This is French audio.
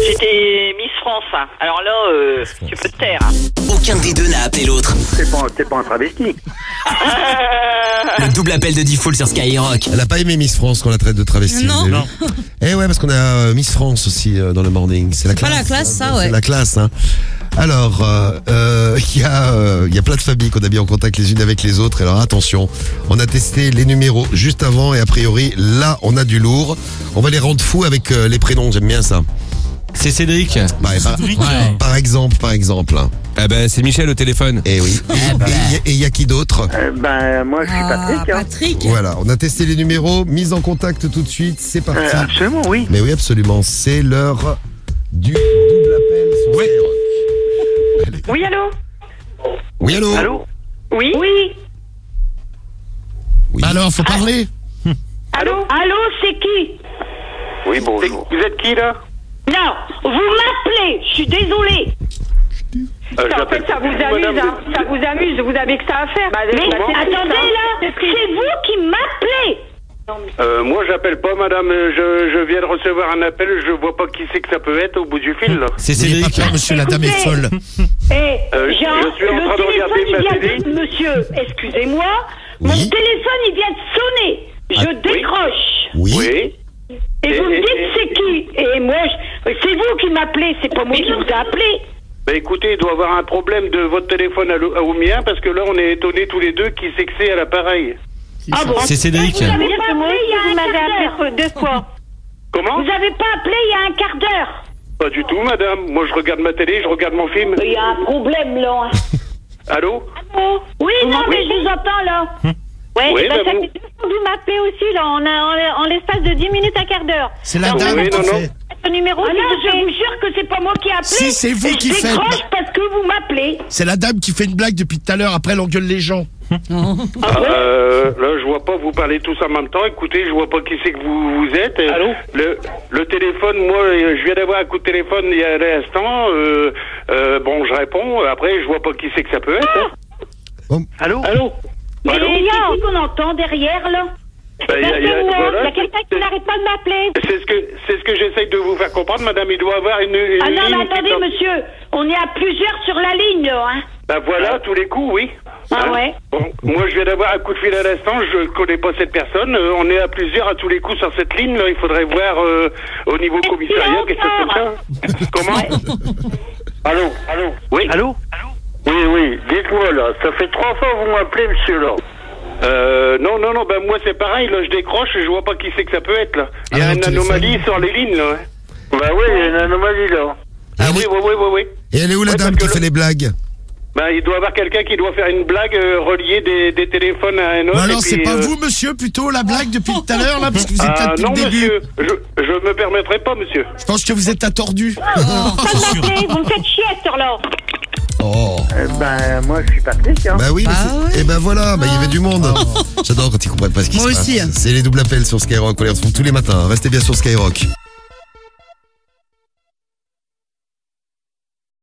j'étais Miss France. Hein. Alors là, tu peux te taire. Aucun des deux n'a appelé l'autre. C'est pas un travesti. Le double appel de Diffoul sur Skyrock. Elle a pas aimé Miss France qu'on la traite de travesti. Non. Eh ouais, parce qu'on a Miss France aussi dans le morning. C'est la classe. Pas la classe, ça, ouais. C'est la classe, hein. Alors, il y a plein de familles qu'on a mis en contact les unes avec les autres. Alors attention, on a testé les numéros juste avant et a priori, là, on a du lourd. On va les rendre fous avec les prénoms, j'aime bien ça. C'est Cédric. Par exemple. Hein. Ah bah c'est Michel au téléphone. Eh oui. Et il y a qui d'autre? Moi, je suis Patrick. Hein. Patrick. Voilà, on a testé les numéros, mise en contact tout de suite, c'est parti. Absolument, oui. Mais oui, absolument, c'est l'heure du double appel sur Skyrock. Oui, allô? Oui, allô? Allô? Oui? Oui. Oui. Alors, faut parler. Allô? Allô, c'est qui? Oui, bonjour. Vous êtes qui, là? Non, vous m'appelez, je suis désolée. En fait, ça vous amuse, hein. Ça vous amuse, vous avez que ça à faire. Mais attendez là, c'est vous qui m'appelez. Moi, j'appelle pas, madame. Je viens de recevoir un appel. Je vois pas qui c'est que ça peut être au bout du fil, là. C'est N'ayez pas Cédric. peur, monsieur, la dame est folle. je suis en train de regarder ma télé. Monsieur, excusez-moi, Oui. mon téléphone il vient de sonner. Je décroche. Oui. Et vous me dites c'est qui? Et moi, c'est vous qui m'appelez, c'est pas moi qui vous ai appelé. Bah écoutez, il doit y avoir un problème de votre téléphone au mien, parce que là, on est étonnés tous les deux qui c'est que c'est à l'appareil. Ah bon? C'est Cédric. Vous m'avez pas appelé il y a un quart d'heure. 2 fois. Comment? Vous avez pas appelé il y a un quart d'heure. Pas du tout, madame. Moi, je regarde ma télé, je regarde mon film. Il y a un problème là. Allô? Allô? Oui, non, mais je vous entends là. Ouais, Oui, ça bah fait bon. 2 fois que vous m'appelez aussi là. On a en l'espace de 10 minutes à quart d'heure. C'est la Oui, dame non, qui non. fait. Ce numéro, Ah non, je vous jure que c'est pas moi qui ai appelé. Si, c'est vous qui faites. Je décroche parce que vous m'appelez. C'est la dame qui fait une blague depuis tout à l'heure. Après, elle engueule les gens. Là, je vois pas vous parler tous en même temps. Écoutez, je vois pas qui c'est que vous êtes. Allô? Le téléphone, moi, je viens d'avoir un coup de téléphone il y a un instant. Bon, je réponds. Après, je vois pas qui c'est que ça peut être. Hein. Allô? Mais Allô? il y a qui qu'on entend derrière là? Il y a Il y voilà, a quelqu'un qui n'arrête pas de m'appeler. c'est ce que j'essaye de vous faire comprendre, madame. Il doit avoir une Ah non, ligne mais qui attendez, tombe. monsieur, on est à plusieurs sur la ligne là, hein. Ben voilà, tous les coups, oui. Ah ouais. Bon, moi, je viens d'avoir un coup de fil à l'instant. Je connais pas cette personne. On est à plusieurs à tous les coups sur cette ligne. Là, il faudrait voir au niveau commissariat quelque chose comme ça. Comment? Allô? Oui. Allô? Oui, dites-moi là, ça fait 3 fois que vous m'appelez, monsieur là. Non, ben moi c'est pareil, là, je décroche et je vois pas qui c'est que ça peut être, là. Il y a Ah, une le téléphone. anomalie sur les lignes, là. Bah oui, il y a une anomalie là. Ah oui. Et elle est où la Ouais, dame parce qui que fait les blagues? Ben, il doit y avoir quelqu'un qui doit faire une blague, relier des téléphones à un autre. Ou alors, et c'est puis, pas vous, monsieur, plutôt, la blague depuis tout à l'heure, là, parce que vous êtes là depuis non, le début. monsieur, je me permettrai pas, monsieur. Je pense que vous êtes attordu. Ça m'appelez, vous me faites chier à cette heure-là. Oh. Moi je suis Patrick, hein. Bah oui, Bah mais ouais. et ben voilà, il y avait du monde. J'adore quand ils comprennent pas ce qui Moi se passe. aussi. C'est les doubles appels sur Skyrock, on les retrouve tous les matins. Restez bien sur Skyrock.